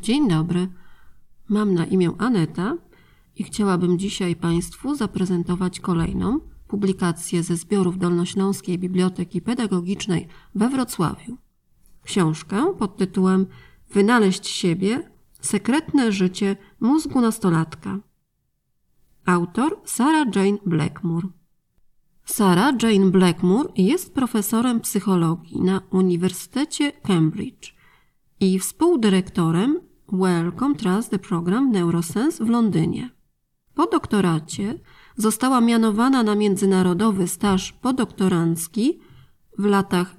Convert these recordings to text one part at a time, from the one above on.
Dzień dobry, mam na imię Aneta i chciałabym dzisiaj Państwu zaprezentować kolejną publikację ze zbiorów Dolnośląskiej Biblioteki Pedagogicznej we Wrocławiu. Książkę pod tytułem Wynaleźć siebie – sekretne życie mózgu nastolatka. Autor Sarah Jane Blackmore. Sarah Jane Blackmore jest profesorem psychologii na Uniwersytecie Cambridge i współdyrektorem Wellcome Trust the Program Neuroscience w Londynie. Po doktoracie została mianowana na międzynarodowy staż podoktorancki w latach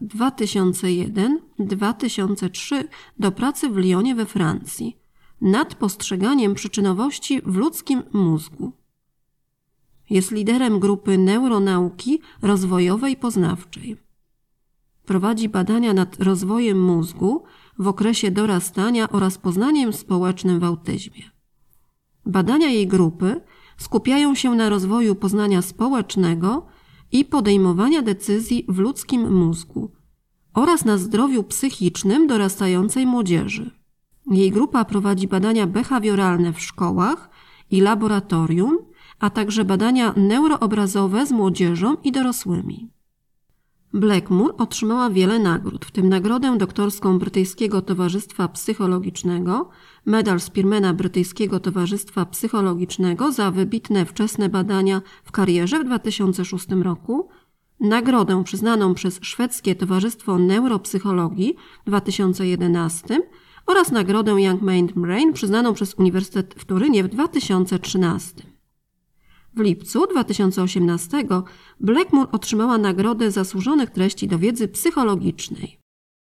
2001-2003 do pracy w Lyonie we Francji nad postrzeganiem przyczynowości w ludzkim mózgu. Jest liderem grupy neuronauki rozwojowej poznawczej. Prowadzi badania nad rozwojem mózgu w okresie dorastania oraz poznaniem społecznym w autyzmie. Badania jej grupy skupiają się na rozwoju poznania społecznego i podejmowania decyzji w ludzkim mózgu oraz na zdrowiu psychicznym dorastającej młodzieży. Jej grupa prowadzi badania behawioralne w szkołach i laboratorium, a także badania neuroobrazowe z młodzieżą i dorosłymi. Blackmore otrzymała wiele nagród, w tym nagrodę doktorską Brytyjskiego Towarzystwa Psychologicznego, medal Spearmana Brytyjskiego Towarzystwa Psychologicznego za wybitne wczesne badania w karierze w 2006 roku, nagrodę przyznaną przez Szwedzkie Towarzystwo Neuropsychologii w 2011 oraz nagrodę Young Mind Brain przyznaną przez Uniwersytet w Turynie w 2013. W lipcu 2018 Blackmore otrzymała Nagrodę Zasłużonych Treści do Wiedzy Psychologicznej.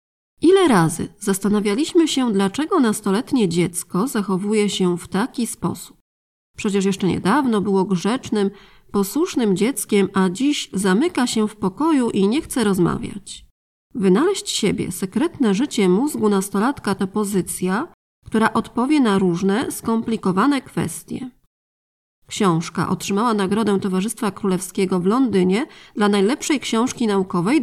Ile razy zastanawialiśmy się, dlaczego nastoletnie dziecko zachowuje się w taki sposób? Przecież jeszcze niedawno było grzecznym, posłusznym dzieckiem, a dziś zamyka się w pokoju i nie chce rozmawiać. Wynaleźć siebie – sekretne życie mózgu nastolatka to pozycja, która odpowie na różne, skomplikowane kwestie. Książka otrzymała Nagrodę Towarzystwa Królewskiego w Londynie dla najlepszej książki naukowej w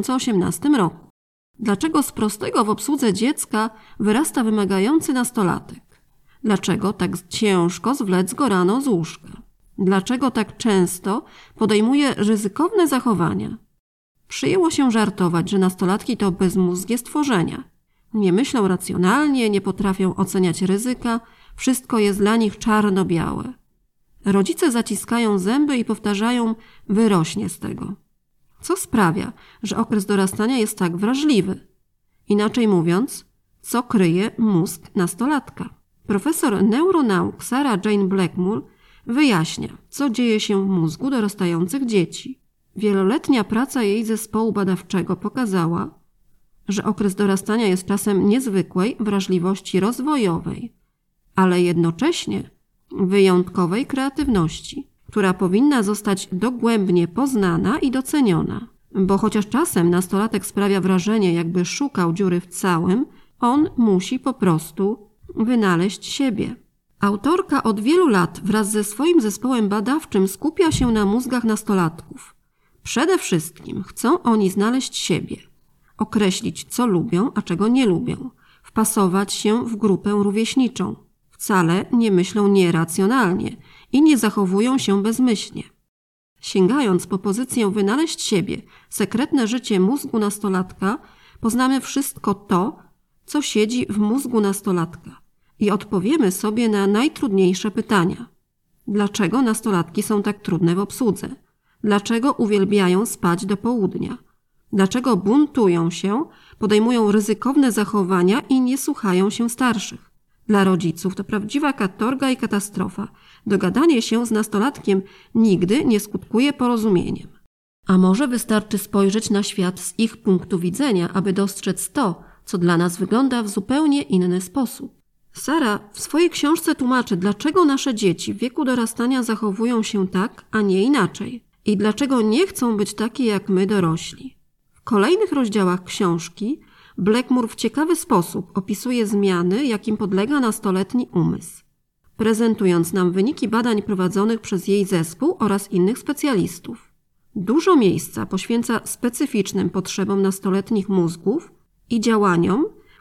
2018 roku. Dlaczego z prostego w obsłudze dziecka wyrasta wymagający nastolatek? Dlaczego tak ciężko zwlec go rano z łóżka? Dlaczego tak często podejmuje ryzykowne zachowania? Przyjęło się żartować, że nastolatki to bezmózgie stworzenia. Nie myślą racjonalnie, nie potrafią oceniać ryzyka, wszystko jest dla nich czarno-białe. Rodzice zaciskają zęby i powtarzają: wyrośnie z tego. Co sprawia, że okres dorastania jest tak wrażliwy? Inaczej mówiąc, co kryje mózg nastolatka? Profesor neuronauk Sarah Jane Blackmore wyjaśnia, co dzieje się w mózgu dorastających dzieci. Wieloletnia praca jej zespołu badawczego pokazała, że okres dorastania jest czasem niezwykłej wrażliwości rozwojowej, ale jednocześnie wyjątkowej kreatywności, która powinna zostać dogłębnie poznana i doceniona. Bo chociaż czasem nastolatek sprawia wrażenie, jakby szukał dziury w całym, on musi po prostu wynaleźć siebie. Autorka od wielu lat wraz ze swoim zespołem badawczym skupia się na mózgach nastolatków. Przede wszystkim chcą oni znaleźć siebie, określić, co lubią, a czego nie lubią, wpasować się w grupę rówieśniczą. Wcale nie myślą nieracjonalnie i nie zachowują się bezmyślnie. Sięgając po pozycję wynaleźć siebie, sekretne życie mózgu nastolatka, poznamy wszystko to, co siedzi w mózgu nastolatka i odpowiemy sobie na najtrudniejsze pytania. Dlaczego nastolatki są tak trudne w obsłudze? Dlaczego uwielbiają spać do południa? Dlaczego buntują się, podejmują ryzykowne zachowania i nie słuchają się starszych? Dla rodziców to prawdziwa katorga i katastrofa. Dogadanie się z nastolatkiem nigdy nie skutkuje porozumieniem. A może wystarczy spojrzeć na świat z ich punktu widzenia, aby dostrzec to, co dla nas wygląda w zupełnie inny sposób. Sarah w swojej książce tłumaczy, dlaczego nasze dzieci w wieku dorastania zachowują się tak, a nie inaczej. I dlaczego nie chcą być takie jak my dorośli. W kolejnych rozdziałach książki Blackmore w ciekawy sposób opisuje zmiany, jakim podlega nastoletni umysł, prezentując nam wyniki badań prowadzonych przez jej zespół oraz innych specjalistów. Dużo miejsca poświęca specyficznym potrzebom nastoletnich mózgów i działaniom,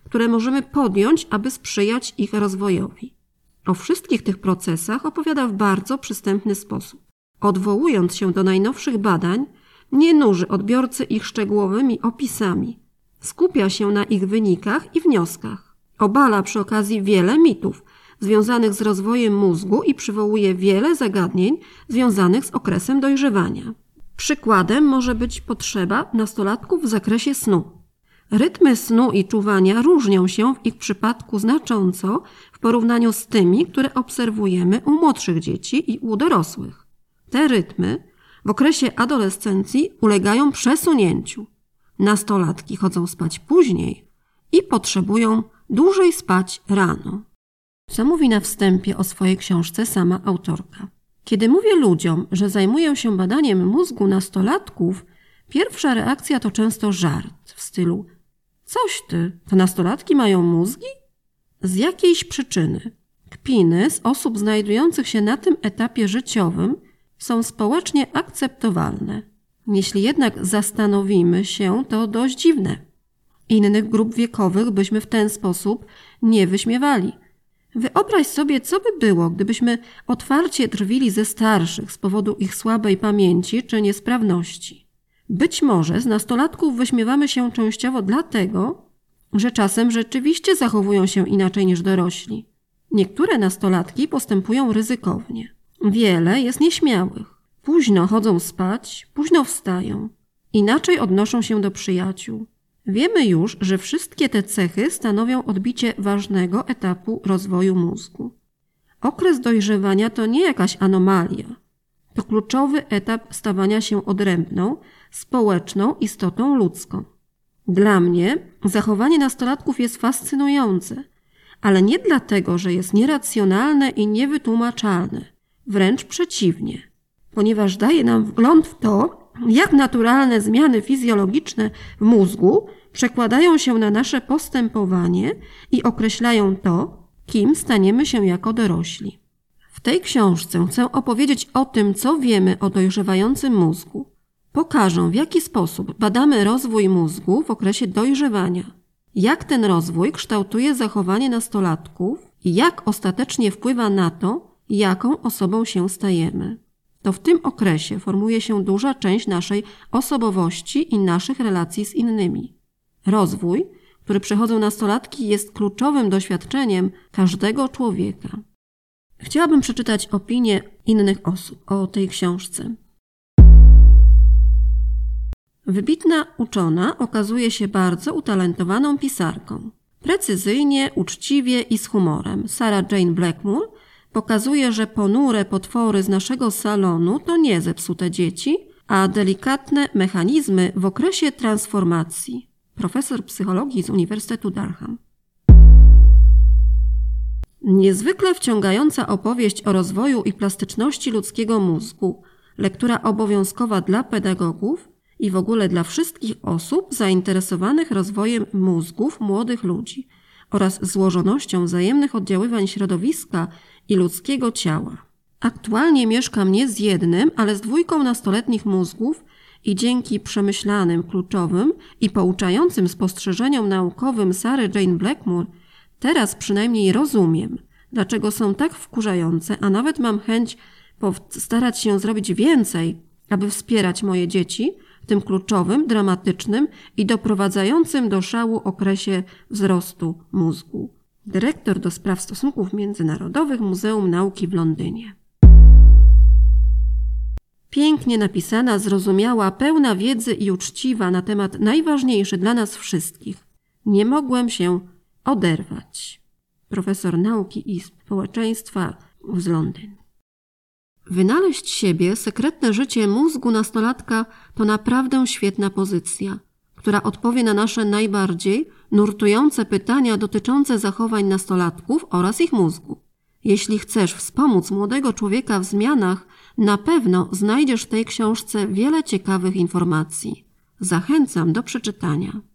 które możemy podjąć, aby sprzyjać ich rozwojowi. O wszystkich tych procesach opowiada w bardzo przystępny sposób. Odwołując się do najnowszych badań, nie nuży odbiorcy ich szczegółowymi opisami. Skupia się na ich wynikach i wnioskach. Obala przy okazji wiele mitów związanych z rozwojem mózgu i przywołuje wiele zagadnień związanych z okresem dojrzewania. Przykładem może być potrzeba nastolatków w zakresie snu. Rytmy snu i czuwania różnią się w ich przypadku znacząco w porównaniu z tymi, które obserwujemy u młodszych dzieci i u dorosłych. Te rytmy w okresie adolescencji ulegają przesunięciu. Nastolatki chodzą spać później i potrzebują dłużej spać rano. Co mówi na wstępie o swojej książce sama autorka? Kiedy mówię ludziom, że zajmuję się badaniem mózgu nastolatków, pierwsza reakcja to często żart w stylu: coś ty, to nastolatki mają mózgi? Z jakiejś przyczyny kpiny z osób znajdujących się na tym etapie życiowym są społecznie akceptowalne. Jeśli jednak zastanowimy się, to dość dziwne. Innych grup wiekowych byśmy w ten sposób nie wyśmiewali. Wyobraź sobie, co by było, gdybyśmy otwarcie drwili ze starszych z powodu ich słabej pamięci czy niesprawności. Być może z nastolatków wyśmiewamy się częściowo dlatego, że czasem rzeczywiście zachowują się inaczej niż dorośli. Niektóre nastolatki postępują ryzykownie. Wiele jest nieśmiałych. Późno chodzą spać, późno wstają. Inaczej odnoszą się do przyjaciół. Wiemy już, że wszystkie te cechy stanowią odbicie ważnego etapu rozwoju mózgu. Okres dojrzewania to nie jakaś anomalia. To kluczowy etap stawania się odrębną, społeczną istotą ludzką. Dla mnie zachowanie nastolatków jest fascynujące, ale nie dlatego, że jest nieracjonalne i niewytłumaczalne. Wręcz przeciwnie, ponieważ daje nam wgląd w to, jak naturalne zmiany fizjologiczne w mózgu przekładają się na nasze postępowanie i określają to, kim staniemy się jako dorośli. W tej książce chcę opowiedzieć o tym, co wiemy o dojrzewającym mózgu. Pokażę, w jaki sposób badamy rozwój mózgu w okresie dojrzewania, jak ten rozwój kształtuje zachowanie nastolatków i jak ostatecznie wpływa na to, jaką osobą się stajemy. To w tym okresie formuje się duża część naszej osobowości i naszych relacji z innymi. Rozwój, który przechodzą nastolatki, jest kluczowym doświadczeniem każdego człowieka. Chciałabym przeczytać opinie innych osób o tej książce. Wybitna uczona okazuje się bardzo utalentowaną pisarką. Precyzyjnie, uczciwie i z humorem Sarah Jane Blackmore pokazuje, że ponure potwory z naszego salonu to nie zepsute dzieci, a delikatne mechanizmy w okresie transformacji. Profesor psychologii z Uniwersytetu Durham. Niezwykle wciągająca opowieść o rozwoju i plastyczności ludzkiego mózgu, lektura obowiązkowa dla pedagogów i w ogóle dla wszystkich osób zainteresowanych rozwojem mózgów młodych ludzi oraz złożonością wzajemnych oddziaływań środowiska i ludzkiego ciała. Aktualnie mieszkam nie z jednym, ale z 2 nastoletnich mózgów i dzięki przemyślanym, kluczowym i pouczającym spostrzeżeniom naukowym Sary Jane Blackmore teraz przynajmniej rozumiem, dlaczego są tak wkurzające, a nawet mam chęć starać się zrobić więcej, aby wspierać moje dzieci w tym kluczowym, dramatycznym i doprowadzającym do szału okresie wzrostu mózgu. Dyrektor do spraw stosunków międzynarodowych Muzeum Nauki w Londynie. Pięknie napisana, zrozumiała, pełna wiedzy i uczciwa na temat najważniejszy dla nas wszystkich. Nie mogłem się oderwać. Profesor nauki i społeczeństwa z Londynu. Wynaleźć siebie, sekretne życie mózgu nastolatka to naprawdę świetna pozycja, która odpowie na nasze najbardziej nurtujące pytania dotyczące zachowań nastolatków oraz ich mózgu. Jeśli chcesz wspomóc młodego człowieka w zmianach, na pewno znajdziesz w tej książce wiele ciekawych informacji. Zachęcam do przeczytania.